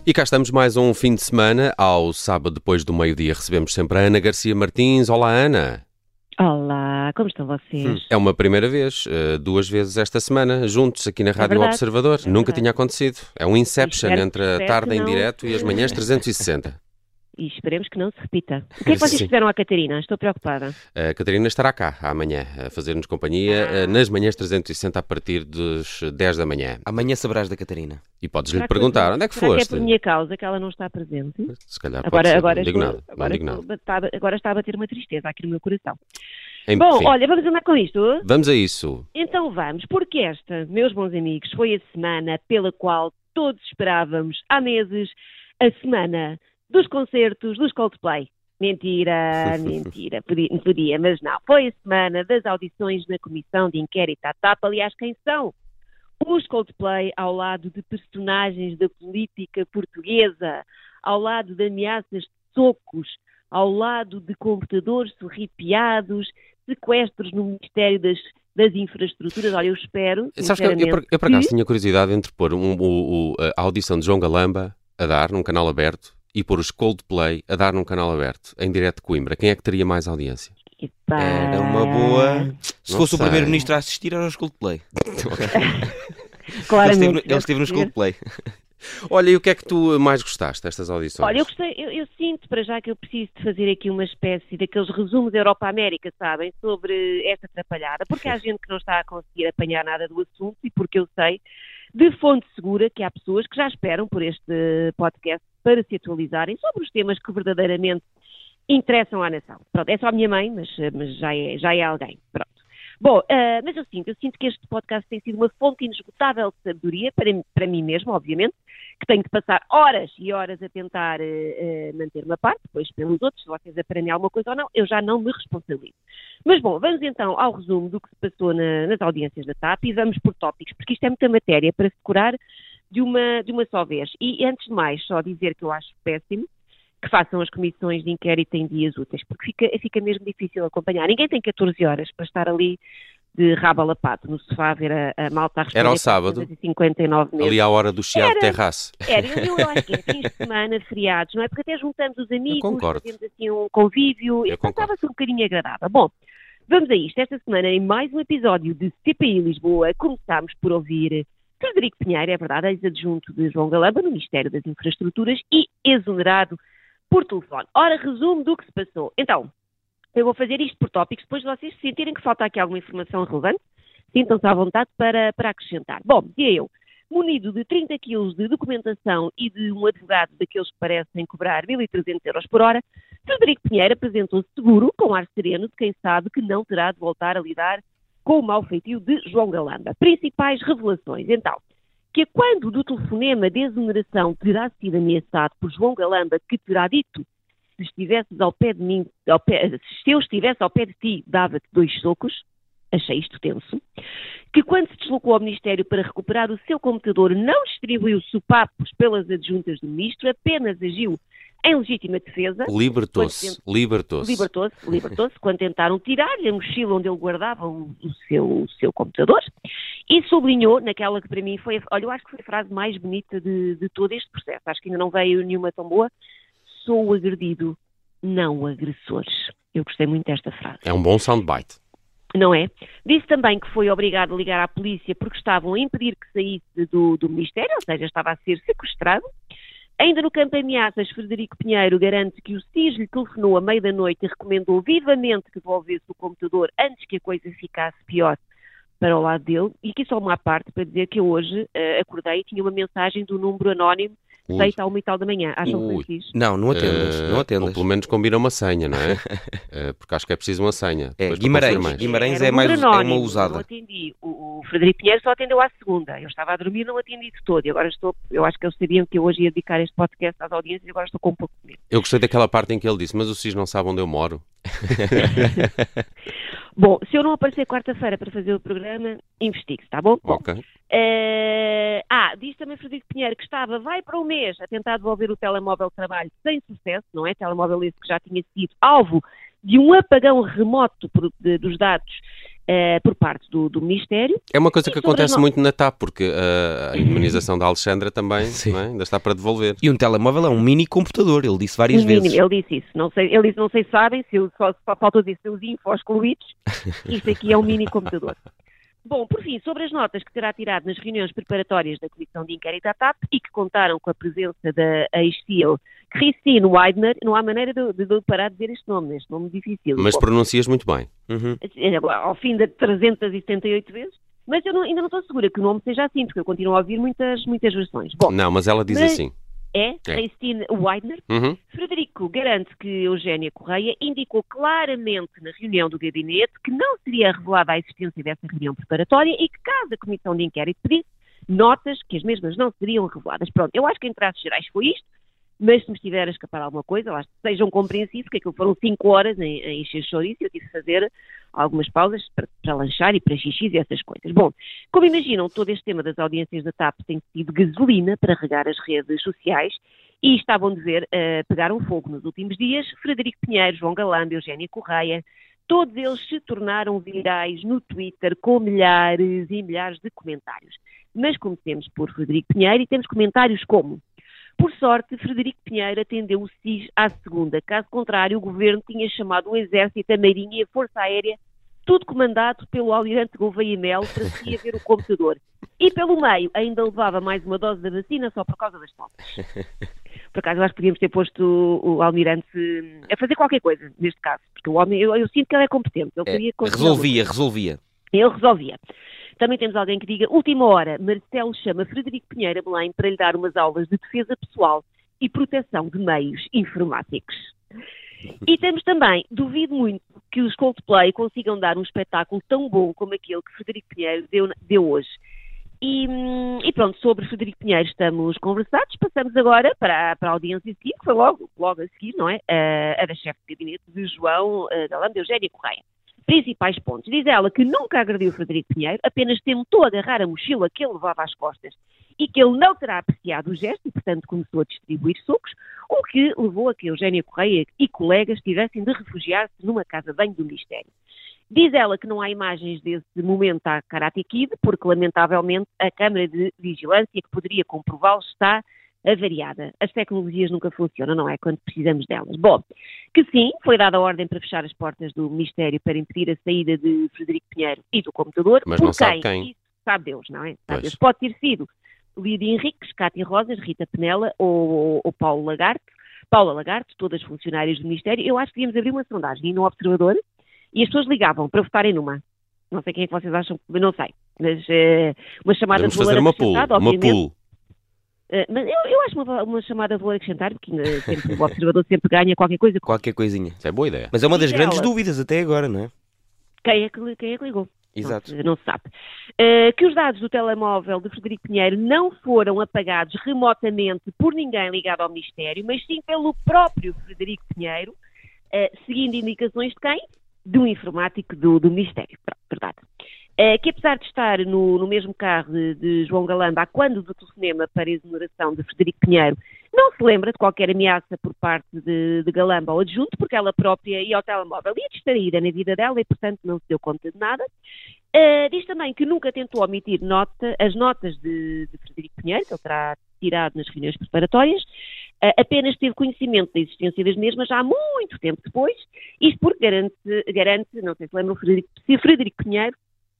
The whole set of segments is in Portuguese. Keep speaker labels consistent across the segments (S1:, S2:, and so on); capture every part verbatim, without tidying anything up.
S1: E cá estamos mais um fim de semana. Ao sábado, depois do meio-dia, recebemos sempre a Ana Garcia Martins. Olá, Ana.
S2: Olá, como estão vocês?
S1: Hum, é uma primeira vez, uh, duas vezes esta semana, juntos aqui na Rádio
S2: verdade,
S1: Observador.
S2: é
S1: Nunca
S2: verdade.
S1: tinha acontecido. É um Inception
S2: Espero-
S1: entre a
S2: espero
S1: tarde
S2: que
S1: em
S2: não.
S1: direto e as manhãs trezentos e sessenta.
S2: E esperemos que não se repita. O que é que vocês
S1: Sim.
S2: fizeram à Catarina? Estou preocupada.
S1: A Catarina estará cá amanhã, a fazer-nos companhia
S2: Ah.
S1: uh, nas manhãs trezentos e sessenta a partir dos dez da manhã.
S3: Amanhã saberás da Catarina.
S1: E podes-lhe
S2: Será que-
S1: perguntar, onde é que
S2: será
S1: foste?
S2: Que é por minha causa que ela não está presente?
S1: Se calhar pode
S2: Agora,
S1: ser,
S2: agora,
S1: não digo
S2: estou,
S1: nada.
S2: agora,
S1: não digo
S2: estou-
S1: nada.
S2: está, agora está a bater uma tristeza aqui no meu coração.
S1: Enfim,
S2: Bom, olha, vamos andar com isto?
S1: vamos a isso.
S2: Então vamos, porque esta, meus bons amigos, foi a semana pela qual todos esperávamos há meses, a semana dos concertos dos Coldplay. Mentira, mentira, podia, podia, mas não. Foi a semana das audições na Comissão de Inquérito à T A P. Aliás, quem são? Os Coldplay ao lado de personagens da política portuguesa, ao lado de ameaças de socos, ao lado de computadores sorripiados, sequestros no Ministério das, das Infraestruturas. Olha, eu espero,
S1: Sabes que eu, eu, por-
S2: sinceramente,
S1: eu por acaso
S2: que-
S1: tinha curiosidade entre pôr um- o- o- a audição de João Galamba a dar num canal aberto e pôr os Coldplay a dar num canal aberto, em direto de Coimbra. Quem é que teria mais audiência?
S2: Epá.
S3: Era uma boa. Se
S1: Não
S3: fosse
S1: sei.
S3: o primeiro-ministro a assistir, era os Coldplay. Ele
S2: Claramente.
S3: esteve, no- ele
S2: deve
S3: esteve nos
S2: ser.
S3: Coldplay.
S1: Olha, e o que é que tu mais gostaste destas audições?
S2: Olha, eu gostei, eu, eu sinto para já que eu preciso de fazer aqui uma espécie daqueles resumos da Europa-América, sabem, sobre esta atrapalhada, porque há gente que não está a conseguir apanhar nada do assunto e porque eu sei de fonte segura que há pessoas que já esperam por este podcast para se atualizarem sobre os temas que verdadeiramente interessam à nação. Pronto, é só a minha mãe, mas, mas já, é, já é alguém. Pronto. Bom, ah, mas eu sinto, eu sinto que este podcast tem sido uma fonte inesgotável de sabedoria, para, para mim mesmo, obviamente, que tenho de passar horas e horas a tentar ah, ah, manter-me a parte, depois pelos outros, se vocês aprendem alguma coisa ou não, eu já não me responsabilizo. Mas bom, vamos então ao resumo do que se passou na- nas audiências da T A P e vamos por tópicos, porque isto é muita matéria para se decorar de uma, de uma só vez. E antes de mais, só dizer que eu acho péssimo que façam as comissões de inquérito em dias úteis, porque fica, fica mesmo difícil acompanhar. Ninguém tem catorze horas para estar ali de rabo alapado no sofá a ver a, a malta a responder.
S1: Era ao sábado?
S2: cinquenta e nove meses.
S1: Ali à hora do chiado
S2: Era.
S1: terraço.
S2: Era, eu, eu acho que é fins de semana, feriados, não é? Porque até juntamos os amigos,
S1: concordo.
S2: fazemos assim um convívio
S1: Eu
S2: e passava-se um bocadinho agradável. Bom, vamos a isto. Esta semana, em mais um episódio de C P I Lisboa, começámos por ouvir Frederico Pinheiro, é verdade, ex-adjunto de João Galamba no Ministério das Infraestruturas e exonerado por telefone. Ora, resumo do que se passou. Então, eu vou fazer isto por tópicos, depois de vocês sentirem que falta aqui alguma informação relevante, sintam-se à vontade para, para acrescentar. Bom, dizia eu, munido de trinta quilos de documentação e de um advogado daqueles que parecem cobrar mil e trezentos euros por hora, Frederico Pinheiro apresentou-se seguro, com ar sereno de quem sabe que não terá de voltar a lidar com o mau feitio de João Galamba. Principais revelações, então, que quando do telefonema de exoneração terá sido ameaçado por João Galamba, que terá dito, se estivesses ao pé de mim, ao pé, se eu estivesse ao pé de ti, dava-te dois socos, achei isto tenso, que quando se deslocou ao Ministério para recuperar o seu computador, não distribuiu sopapos pelas adjuntas do Ministro, apenas agiu em legítima defesa.
S1: Libertou-se, libertou-se.
S2: Libertou-se, libertou-se, quando tentaram tirar-lhe a mochila onde ele guardava o, o seu, o seu computador, e sublinhou naquela que para mim foi, olha, eu acho que foi a frase mais bonita de, de todo este processo, acho que ainda não veio nenhuma tão boa: sou o agredido, não o agressor. Eu gostei muito desta frase.
S1: É um bom soundbite.
S2: Não é? Disse também que foi obrigado a ligar à polícia porque estavam a impedir que saísse do, do Ministério, ou seja, estava a ser sequestrado. Ainda no campo de ameaças, Frederico Pinheiro garante que o S I S lhe telefonou à meia da noite e recomendou vivamente que devolvesse o computador antes que a coisa ficasse pior para o lado dele. E aqui só uma parte para dizer que eu hoje uh, acordei e tinha uma mensagem do número anónimo
S1: Ui.
S2: feita à uma e tal da manhã. Acham que
S1: Ui.
S2: foi fixe?
S3: Não, não atendas,
S1: Eh,
S3: não
S1: Ou
S3: atendas.
S1: pelo menos combina uma senha, não é? Eh, porque acho que é preciso uma senha.
S3: É,
S1: Depois para
S3: Guimarães.
S1: confirmar.
S3: Guimarães
S2: Era
S3: é
S2: um
S3: mais
S2: número
S3: é uma
S2: anónimo,
S3: usada.
S2: Não atendi. O, o Frederico Pinheiro só atendeu à segunda. Eu estava a dormir, não atendi de todo. E agora estou, eu acho que eles sabiam que eu hoje ia dedicar este podcast às audiências e agora estou com um pouco de medo.
S1: Eu gostei daquela parte em que ele disse, mas o S I S não sabe onde eu moro.
S2: Bom, se eu não aparecer quarta-feira para fazer o programa, investigue-se, está bom? Bom,
S1: Ok.
S2: eh, ah, diz também Frederico Pinheiro que estava, vai para um mês, a tentar devolver o telemóvel de trabalho sem sucesso, não é? Telemóvel esse que já tinha sido alvo de um apagão remoto por- de- dos dados uh, por parte do, do Ministério.
S1: É uma coisa que acontece
S2: no...
S1: muito na T A P, porque uh, a indemnização da Alexandra também não é? Ainda está para devolver.
S3: E um telemóvel é um mini computador, ele disse várias
S2: um
S3: vezes.
S2: Mínimo, ele disse isso. Não sei, ele disse, não sei se sabem, se eu, só, só faltou dizer seus infos excluídos, isto aqui é um mini computador. Bom, por fim, sobre as notas que terá tirado nas reuniões preparatórias da Comissão de Inquérito à T A P e que contaram com a presença da ex-C E O Christine Weidner, não há maneira de, de, de parar de dizer este nome, este nome difícil.
S1: Mas
S2: Bom,
S1: pronuncias muito bem.
S3: Uhum.
S2: ao fim de trezentas e setenta e oito vezes, mas eu não, ainda não estou segura que o nome seja assim, porque eu continuo a ouvir muitas, muitas versões. Bom,
S1: Não, mas ela diz
S2: mas-
S1: assim.
S2: é,
S1: É.
S2: Christine Weidner.
S1: Uhum.
S2: Frederico garante que Eugénia Correia indicou claramente na reunião do gabinete que não seria revelada a existência dessa reunião preparatória e que, caso a Comissão de Inquérito pedisse, notas que as mesmas não seriam reveladas. Pronto, eu acho que em traços gerais foi isto, mas se me estiver a escapar alguma coisa, eu acho que sejam compreensivos, que aquilo foram cinco horas em, em encher chouriço e eu tive que fazer algumas pausas para, para lanchar e para xixis e essas coisas. Bom, como imaginam, todo este tema das audiências da T A P tem sido gasolina para regar as redes sociais e está bom de ver, uh, pegaram fogo nos últimos dias. Frederico Pinheiro, João Galamba, Eugénia Correia, todos eles se tornaram virais no Twitter com milhares e milhares de comentários. Mas comecemos por Frederico Pinheiro e temos comentários como: por sorte, Frederico Pinheiro atendeu o S I S à segunda. Caso contrário, o Governo tinha chamado o Exército, a Marinha e a Força Aérea, tudo comandado pelo Almirante Gouveia e Melo, para se ir ver o computador. E pelo meio, ainda levava mais uma dose da vacina só por causa das fotos. Por acaso, eu acho que podíamos ter posto o, o Almirante a fazer qualquer coisa, neste caso. Porque o homem, eu, eu sinto que ele é competente. Ele
S3: É,
S2: queria conseguir
S3: resolvia, resolvia.
S2: ele resolvia. Também temos alguém que diga: última hora, Marcelo chama Frederico Pinheiro a Belém para lhe dar umas aulas de defesa pessoal e proteção de meios informáticos. E temos também: duvido muito que os Coldplay consigam dar um espetáculo tão bom como aquele que Frederico Pinheiro deu, deu hoje. E, e pronto, sobre Frederico Pinheiro estamos conversados. Passamos agora para, para a audiência a seguir, que foi logo, logo a seguir, não é? A, a da chefe de gabinete de João uh, Galamba, Eugénia Correia. Principais pontos. Diz ela que nunca agrediu Frederico Pinheiro, apenas tentou agarrar a mochila que ele levava às costas e que ele não terá apreciado o gesto e, portanto, começou a distribuir socos, o que levou a que Eugénia Correia e colegas tivessem de refugiar-se numa casa de banho do Ministério. Diz ela que não há imagens desse momento à Karate Kid, porque, lamentavelmente, a câmara de vigilância que poderia comprová-lo está avariada. As tecnologias nunca funcionam, não é? Quando precisamos delas. Bom, que sim, foi dada a ordem para fechar as portas do Ministério para impedir a saída de Frederico Pinheiro e do computador.
S1: Mas
S2: Por
S1: não sabe quem.
S2: Isso sabe Deus, não é? Sabe
S1: Pois.
S2: Deus. Pode ter sido Lídia Henriques, Cátia Rosas, Rita Penela ou, ou Paulo Lagarde. Paula Lagarde, todas funcionárias do Ministério. Eu acho que devíamos abrir uma sondagem no Observador e as pessoas ligavam para votarem numa. Não sei quem é que vocês acham, não sei. Mas uh, uma chamada
S1: Vamos
S2: de valor
S1: fazer uma pool.
S2: acrescentado,
S1: Uma
S2: obviamente.
S1: pool.
S2: Uh, mas eu, eu acho uma, uma chamada de valor acrescentado, porque uh, sempre, o Observador sempre ganha qualquer coisa.
S3: Qualquer coisinha.
S1: Isso é boa ideia.
S3: Mas é uma das
S2: Diz
S3: grandes
S2: ela.
S3: dúvidas até agora, não é?
S2: Quem é que, li- quem é que ligou?
S3: Exato.
S2: Não, não se sabe. Uh, que os dados do telemóvel de Frederico Pinheiro não foram apagados remotamente por ninguém ligado ao Ministério, mas sim pelo próprio Frederico Pinheiro, uh, seguindo indicações de quem? De um informático do, do Ministério. Pronto, verdade. Uh, que apesar de estar no, no mesmo carro de, de João Galamba, há quando do telefonema para a exoneração de Frederico Pinheiro, não se lembra de qualquer ameaça por parte de, de Galamba ou adjunto, porque ela própria ia ao telemóvel e ia distraída na vida dela e, portanto, não se deu conta de nada. Uh, diz também que nunca tentou omitir nota, as notas de, de Frederico Pinheiro, que ele terá tirado nas reuniões preparatórias, uh, apenas teve conhecimento da existência das mesmas já há muito tempo depois, isto porque garante, garante não sei se lembram, Frederico, se Frederico Pinheiro,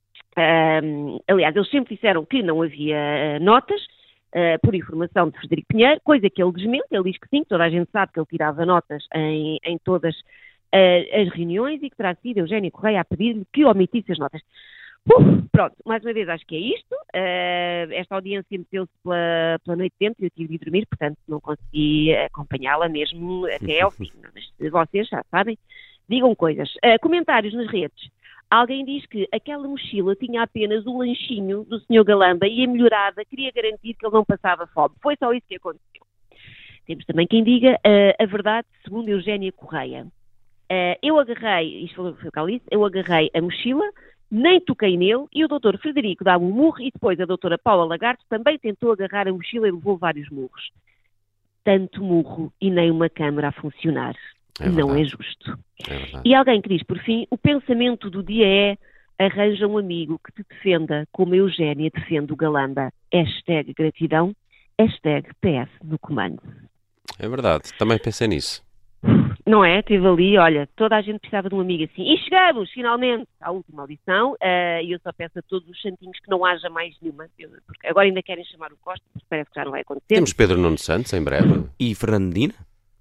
S2: um, aliás, eles sempre disseram que não havia uh, notas, uh, por informação de Frederico Pinheiro, coisa que ele desmente, ele diz que sim, toda a gente sabe que ele tirava notas em, em todas uh, as reuniões e que terá sido Eugénia Correia a pedir-lhe que omitisse as notas. Uf, pronto, mais uma vez acho que é isto. Uh, esta audiência meteu-se pela, pela noite dentro e eu tive de dormir, portanto não consegui acompanhá-la mesmo até ao fim. Mas vocês já sabem, digam coisas. Uh, comentários nas redes. Alguém diz que aquela mochila tinha apenas o lanchinho do senhor Galamba e a melhorada queria garantir que ele não passava fome. Foi só isso que aconteceu. Temos também quem diga uh, a verdade segundo Eugénia Correia. Uh, eu agarrei, isto foi o que ela disse, eu agarrei a mochila, nem toquei nele e o doutor Frederico dá-me um murro e depois a doutora Paula Lagarde também tentou agarrar a mochila e levou vários murros. Tanto murro e nem uma câmara a funcionar.
S1: É
S2: não
S1: verdade.
S2: é justo.
S1: É verdade.
S2: E alguém que diz, por fim, o pensamento do dia é arranja um amigo que te defenda como a Eugénia defende o Galamba. Hashtag gratidão, hashtag P S no comando.
S1: É verdade, também pensei nisso.
S2: Não é? Teve ali, olha, toda a gente precisava de um amigo assim. E chegamos, finalmente, à última audição. E uh, eu só peço a todos os santinhos que não haja mais nenhuma. Porque agora ainda querem chamar o Costa, mas parece que já não vai acontecer.
S1: Temos Pedro Nuno Santos em breve.
S3: E Fernandina?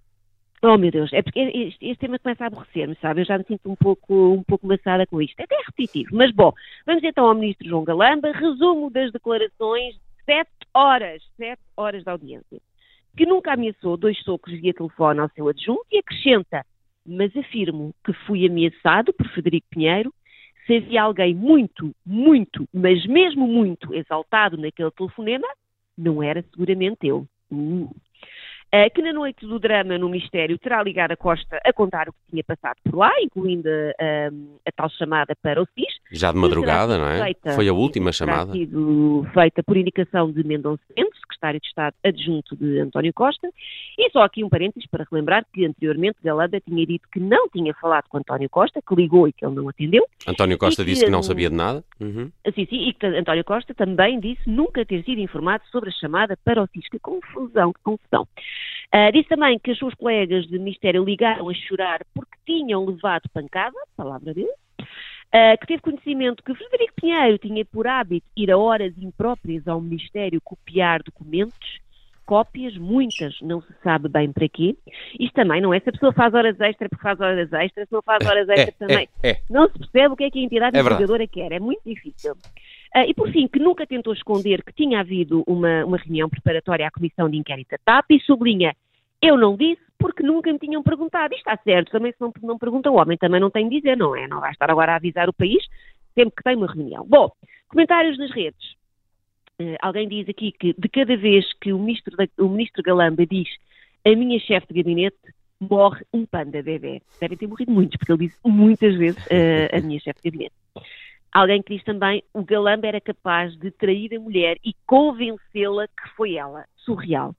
S2: Oh, meu Deus, é porque este, este tema começa a aborrecer-me, sabe? Eu já me sinto um pouco, um pouco maçada com isto. É até repetitivo. Mas, bom, vamos então ao ministro João Galamba. Resumo das declarações. Sete horas. Sete horas de audiência. Que nunca ameaçou dois socos via telefone ao seu adjunto e acrescenta, mas afirmo que fui ameaçado por Frederico Pinheiro. Se havia alguém muito, muito, mas mesmo muito exaltado naquele telefonema, não era seguramente eu. Uh. Uh, que na noite do drama no Ministério terá ligado a Costa a contar o que tinha passado por lá, incluindo uh, a tal chamada para o S I S.
S1: Já de madrugada, não é?
S2: Feita,
S1: Foi a última
S2: terá
S1: chamada.
S2: sido feita por indicação de Mendonça Mendes, secretário de Estado adjunto de António Costa. E só aqui um parênteses para relembrar que anteriormente Galamba tinha dito que não tinha falado com António Costa, que ligou e que ele não atendeu.
S1: António Costa
S2: que,
S1: disse que não sabia de nada.
S3: Uhum.
S2: Sim, sim, e que António Costa também disse nunca ter sido informado sobre a chamada para o S I S. Que confusão, que confusão. Uh, disse também que as suas colegas de Ministério ligaram a chorar porque tinham levado pancada, palavra dele, uh, que teve conhecimento que Frederico Pinheiro tinha por hábito ir a horas impróprias ao Ministério copiar documentos, cópias, muitas, não se sabe bem para quê. Isto também não é, se a pessoa faz horas extra porque faz horas extra, se não faz horas extra
S1: é,
S2: também.
S1: É, é.
S2: Não se percebe o que é que a entidade
S1: É
S2: investigadora quer, é muito difícil. Uh, e por fim, que nunca tentou esconder que tinha havido uma, uma reunião preparatória à Comissão de Inquérito da T A P e sublinha, eu não disse porque nunca me tinham perguntado. Isto está certo, também se não, não pergunta o homem, também não tem de dizer, não é? Não vai estar agora a avisar o país sempre que tem uma reunião. Bom, comentários nas redes. Uh, alguém diz aqui que de cada vez que o ministro, da, o ministro Galamba diz a minha chefe de gabinete, morre um panda bebê. Devem ter morrido muitos, porque ele disse muitas vezes uh, a minha chefe de gabinete. Alguém que diz também o Galamba era capaz de trair a mulher e convencê-la que foi ela. Surreal.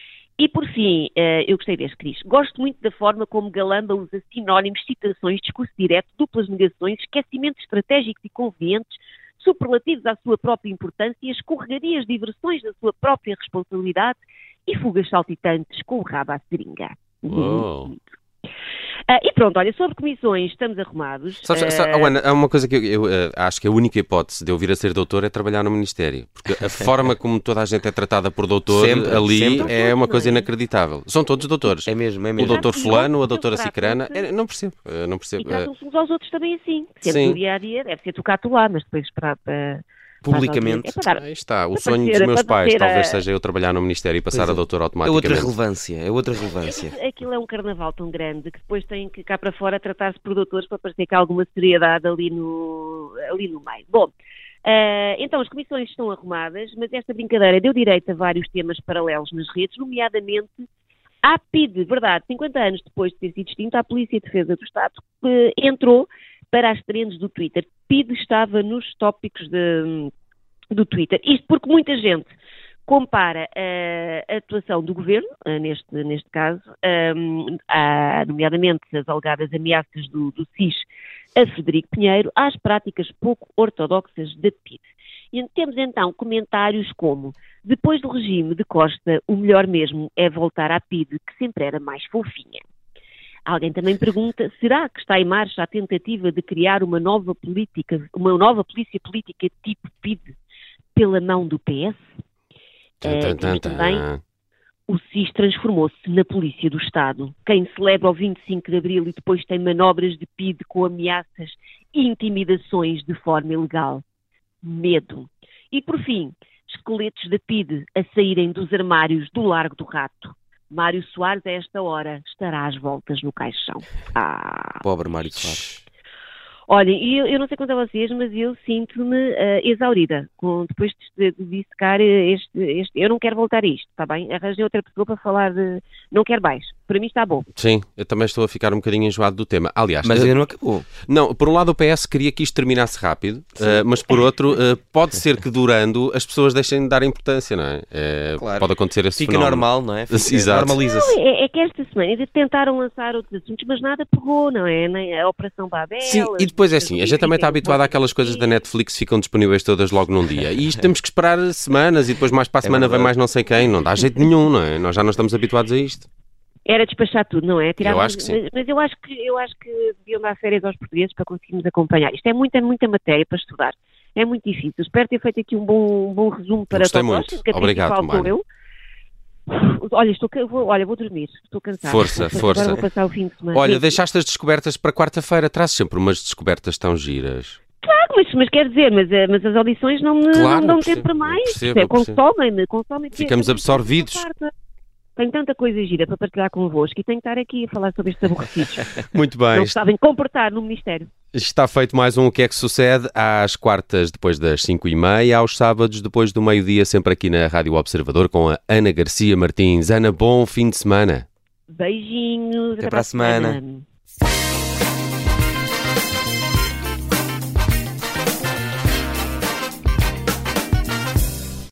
S2: E por fim, uh, eu gostei deste que diz, gosto muito da forma como Galamba usa sinónimos, citações, discurso direto, duplas negações, esquecimentos estratégicos e convenientes, superlativos à sua própria importância, escorregarias de diversões da sua própria responsabilidade e fugas saltitantes com o rabo à seringa.
S1: Uou.
S2: Uh, e pronto, olha, sobre comissões estamos arrumados.
S1: Sabes,
S2: uh...
S1: sabe, oh, Ana, há uma coisa que eu, eu uh, acho que a única hipótese de eu vir a ser doutor é trabalhar no Ministério. Porque a forma como toda a gente é tratada por doutor
S3: Sempre,
S1: ali
S3: sempre.
S1: é uma coisa
S2: Não é?
S1: inacreditável. São todos doutores.
S3: É mesmo, é
S1: O
S3: mesmo.
S1: doutor
S2: Exato,
S1: fulano, a
S2: e
S1: doutora
S2: eles
S1: Cicrana,
S2: tratam-se-
S1: é, não percebo, uh, não
S2: E
S1: percebo. uh,
S2: tratam-se uns aos outros também assim. Sempre
S1: Sim.
S2: no dia a dia, deve ser tu cá, tu lá, mas depois para. para
S3: Publicamente.
S2: É para dar.
S1: Aí está, o
S2: Para
S1: sonho
S2: ter-
S1: dos meus
S2: para
S1: pais
S2: ter
S1: talvez
S2: a-
S1: seja eu trabalhar no Ministério e passar
S3: Pois é.
S1: a doutor
S3: É outra
S1: automaticamente.
S3: relevância, é outra relevância.
S2: Aquilo é um carnaval tão grande que depois tem que cá para fora tratar-se por doutores para parecer que há alguma seriedade ali no, ali no meio. Bom, eh, então as comissões estão arrumadas, mas esta brincadeira deu direito a vários temas paralelos nas redes, nomeadamente à P I D, verdade, cinquenta anos depois de ter sido extinta, a Polícia de Defesa do Estado eh, entrou para as trends do Twitter. P I D estava nos tópicos de... do Twitter. Isto porque muita gente compara uh, a atuação do governo, uh, neste, neste caso, um, a, nomeadamente as alegadas ameaças do, do S I S a Frederico Pinheiro, às práticas pouco ortodoxas da P I D. E temos então comentários como, depois do regime de Costa, o melhor mesmo é voltar à P I D, que sempre era mais fofinha. Alguém também pergunta, será que está em marcha a tentativa de criar uma nova política, uma nova polícia política tipo P I D, pela mão do P S?
S1: Tan, tan,
S2: Uh, temos
S1: tan,
S2: também,
S1: tan.
S2: o S I S transformou-se na Polícia do Estado. Quem celebra o vinte e cinco de Abril e depois tem manobras de P I D com ameaças e intimidações de forma ilegal. Medo. E por fim, esqueletos da P I D a saírem dos armários do Largo do Rato. Mário Soares, a esta hora, estará às voltas no caixão. Ah...
S3: Pobre Mário Soares.
S2: Olha, eu, eu não sei quanto a vocês, mas eu sinto-me uh, exaurida com, depois de, de dissecar este, este... Eu não quero voltar a isto, está bem? Arranjei outra pessoa para falar de... Não quero mais. para mim está bom.
S1: Sim, eu também estou a ficar um bocadinho enjoado do tema. Aliás,
S3: Mas
S1: uh,
S3: ainda não acabou.
S1: não, por um lado o P S queria que isto terminasse rápido, uh, mas por outro, uh, pode ser que durando as pessoas deixem de dar importância, não é? Uh,
S3: Claro.
S1: Pode acontecer esse
S3: Fica
S1: fenómeno.
S3: normal, não é? Fica,
S1: Exato.
S3: normaliza-se.
S2: Não, é, é que esta semana ainda tentaram lançar outros assuntos, mas nada pegou, não é? Nem a Operação Babel.
S1: Sim, e depois é assim, a gente também está habituado àquelas coisas da Netflix que ficam disponíveis todas logo num dia. E isto temos que esperar semanas e depois mais para a semana vem
S3: verdade.
S1: mais não sei quem. Não dá jeito nenhum, não é? Nós já não estamos habituados a isto.
S2: Era despachar tudo, não é? Tirar,
S1: Eu acho que sim.
S2: Mas, mas eu acho que eu acho que deviam dar férias aos portugueses para conseguirmos acompanhar. Isto é muita, muita matéria para estudar. É muito difícil. Espero ter feito aqui um bom, um bom resumo para
S1: Gostei
S2: todos.
S1: muito.
S2: Que a
S1: Obrigado,
S2: principal sou
S1: Mário.
S2: eu. Olha, estou, ca- vou, olha, vou dormir. Estou cansada.
S1: Força,
S2: Portanto,
S1: força.
S2: Agora vou passar o fim de semana.
S1: Olha,
S2: Sim.
S1: deixaste as descobertas para quarta-feira. Traz sempre umas descobertas tão giras.
S2: Claro, mas, mas quer dizer, mas, eh, mas as audições não me,
S1: Claro,
S2: não me dão
S1: eu percebo,
S2: tempo para
S1: eu
S2: mais.
S1: percebo,
S2: É,
S1: eu percebo.
S2: consomem-me, consomem-me.
S1: Ficamos
S2: Esta-
S1: absorvidos.
S2: esta parte. Tenho tanta coisa gira para partilhar convosco e tenho que estar aqui a falar sobre estes aborrecidos.
S1: Muito
S2: Não
S1: bem.
S2: se sabem comportar no Ministério.
S1: Está feito mais um O Que É Que Sucede, às quartas depois das cinco e meia, aos sábados depois do meio-dia, sempre aqui na Rádio Observador com a Ana Garcia Martins. Ana, bom fim de semana.
S2: Beijinhos.
S3: Até para a semana.
S2: semana.